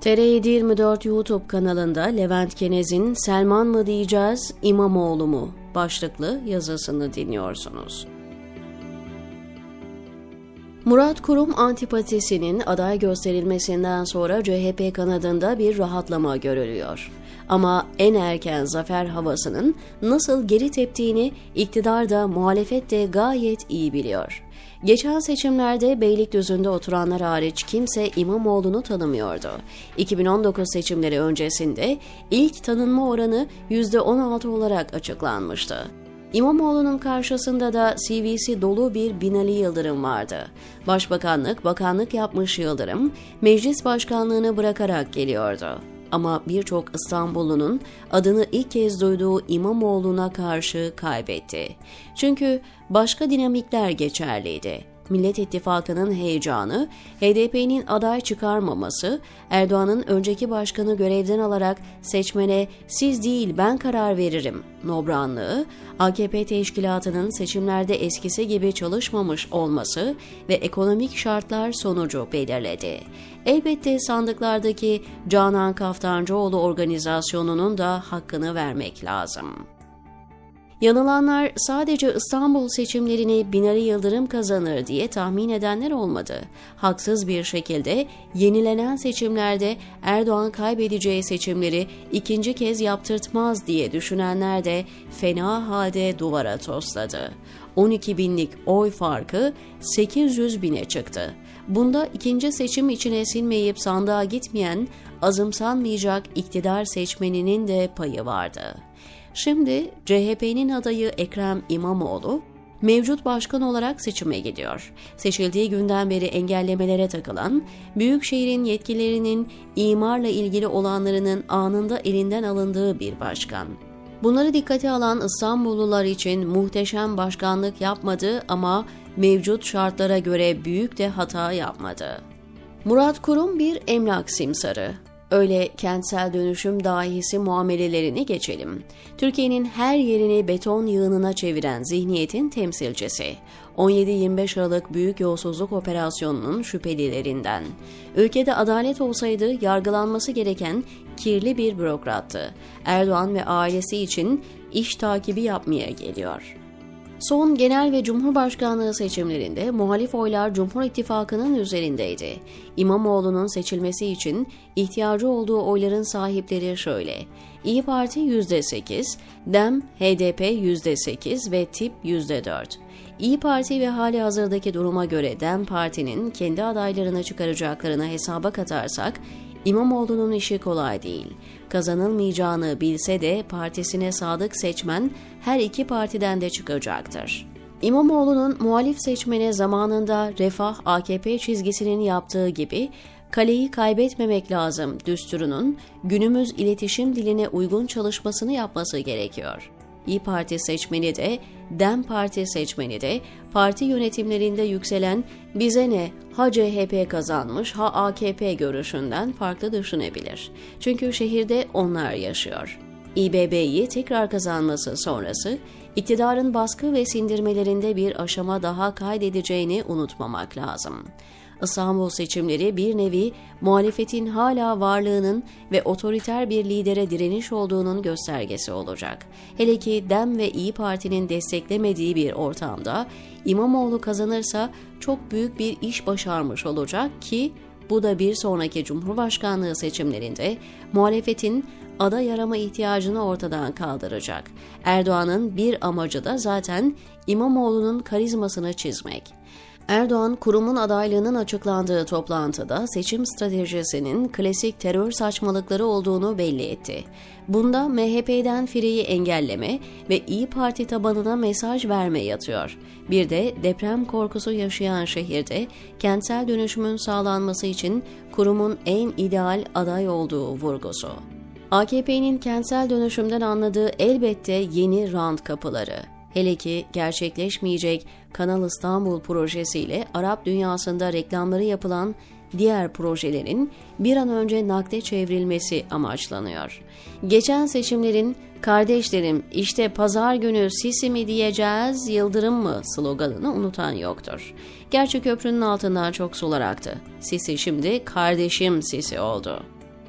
TR724 YouTube kanalında Levent Kenez'in "Selman mı diyeceğiz, İmamoğlu mu?" başlıklı yazısını dinliyorsunuz. Murat Kurum antipatisinin aday gösterilmesinden sonra CHP kanadında bir rahatlama görülüyor. Ama en erken zafer havasının nasıl geri teptiğini iktidar da muhalefet de gayet iyi biliyor. Geçen seçimlerde Beylikdüzü'nde oturanlar hariç kimse İmamoğlu'nu tanımıyordu. 2019 seçimleri öncesinde ilk tanınma oranı %16 olarak açıklanmıştı. İmamoğlu'nun karşısında da CV'si dolu bir Binali Yıldırım vardı. Başbakanlık, bakanlık yapmış Yıldırım, meclis başkanlığını bırakarak geliyordu. Ama birçok İstanbullunun adını ilk kez duyduğu İmamoğlu'na karşı kaybetti. Çünkü başka dinamikler geçerliydi. Millet İttifakı'nın heyecanı, HDP'nin aday çıkarmaması, Erdoğan'ın önceki başkanı görevden alarak seçmene "siz değil ben karar veririm" nobranlığı, AKP teşkilatının seçimlerde eskisi gibi çalışmamış olması ve ekonomik şartlar sonucu belirledi. Elbette sandıklardaki Canan Kaftancıoğlu organizasyonunun da hakkını vermek lazım. Yanılanlar sadece İstanbul seçimlerini Binali Yıldırım kazanır diye tahmin edenler olmadı. Haksız bir şekilde yenilenen seçimlerde Erdoğan kaybedeceği seçimleri ikinci kez yaptırtmaz diye düşünenler de fena halde duvara tosladı. 12 binlik oy farkı 800 bine çıktı. Bunda ikinci seçim içine sinmeyip sandığa gitmeyen, azımsanmayacak iktidar seçmeninin de payı vardı. Şimdi CHP'nin adayı Ekrem İmamoğlu, mevcut başkan olarak seçime gidiyor. Seçildiği günden beri engellemelere takılan, Büyükşehir'in yetkilerinin imarla ilgili olanlarının anında elinden alındığı bir başkan. Bunları dikkate alan İstanbullular için muhteşem başkanlık yapmadı ama mevcut şartlara göre büyük de hata yapmadı. Murat Kurum bir emlak simsarı. Öyle kentsel dönüşüm dahisi muamelelerini geçelim. Türkiye'nin her yerini beton yığınına çeviren zihniyetin temsilcisi. 17-25 Aralık Büyük Yolsuzluk Operasyonu'nun şüphelilerinden. Ülkede adalet olsaydı yargılanması gereken kirli bir bürokrattı. Erdoğan ve ailesi için iş takibi yapmaya geliyor. Son genel ve cumhurbaşkanlığı seçimlerinde muhalif oylar Cumhur İttifakı'nın üzerindeydi. İmamoğlu'nun seçilmesi için ihtiyacı olduğu oyların sahipleri şöyle: İYİ Parti %8, DEM, HDP %8 ve TİP %4. İYİ Parti ve hali hazırdaki duruma göre DEM Parti'nin kendi adaylarını çıkaracaklarını hesaba katarsak, İmamoğlu'nun işi kolay değil. Kazanılmayacağını bilse de partisine sadık seçmen her iki partiden de çıkacaktır. İmamoğlu'nun muhalif seçmene zamanında Refah AKP çizgisinin yaptığı gibi "kaleyi kaybetmemek lazım" düsturunun günümüz iletişim diline uygun çalışmasını yapması gerekiyor. İYİ Parti seçmeni de, DEM Parti seçmeni de parti yönetimlerinde yükselen "bize ne, ha CHP kazanmış ha AKP" görüşünden farklı düşünebilir. Çünkü şehirde onlar yaşıyor. İBB'yi tekrar kazanması sonrası iktidarın baskı ve sindirmelerinde bir aşama daha kaydedeceğini unutmamak lazım. İstanbul seçimleri bir nevi muhalefetin hala varlığının ve otoriter bir lidere direniş olduğunun göstergesi olacak. Hele ki DEM ve İYİ Parti'nin desteklemediği bir ortamda İmamoğlu kazanırsa çok büyük bir iş başarmış olacak ki bu da bir sonraki Cumhurbaşkanlığı seçimlerinde muhalefetin aday arama ihtiyacını ortadan kaldıracak. Erdoğan'ın bir amacı da zaten İmamoğlu'nun karizmasını çizmek. Erdoğan, Kurum'un adaylığının açıklandığı toplantıda seçim stratejisinin klasik terör saçmalıkları olduğunu belli etti. Bunda MHP'den Fire'yi engelleme ve İYİ Parti tabanına mesaj verme yatıyor. Bir de deprem korkusu yaşayan şehirde kentsel dönüşümün sağlanması için Kurum'un en ideal aday olduğu vurgusu. AKP'nin kentsel dönüşümden anladığı elbette yeni rant kapıları. Hele ki gerçekleşmeyecek Kanal İstanbul projesiyle Arap dünyasında reklamları yapılan diğer projelerin bir an önce nakde çevrilmesi amaçlanıyor. Geçen seçimlerin "kardeşlerim işte pazar günü Sisi mi diyeceğiz, Yıldırım mı" sloganını unutan yoktur. Gerçi köprünün altından çok sular aktı. Sisi şimdi "kardeşim Sisi" oldu.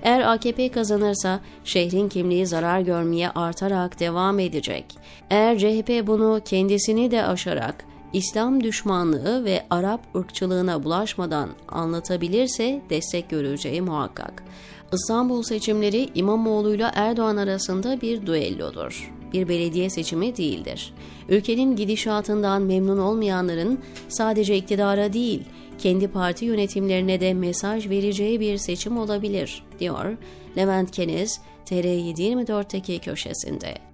Eğer AKP kazanırsa şehrin kimliği zarar görmeye artarak devam edecek. Eğer CHP bunu kendisini de aşarak İslam düşmanlığı ve Arap ırkçılığına bulaşmadan anlatabilirse destek göreceği muhakkak. İstanbul seçimleri İmamoğlu'yla Erdoğan arasında bir düellodur. Bir belediye seçimi değildir. Ülkenin gidişatından memnun olmayanların sadece iktidara değil, kendi parti yönetimlerine de mesaj vereceği bir seçim olabilir, diyor Levent Keniz, TR724'teki köşesinde.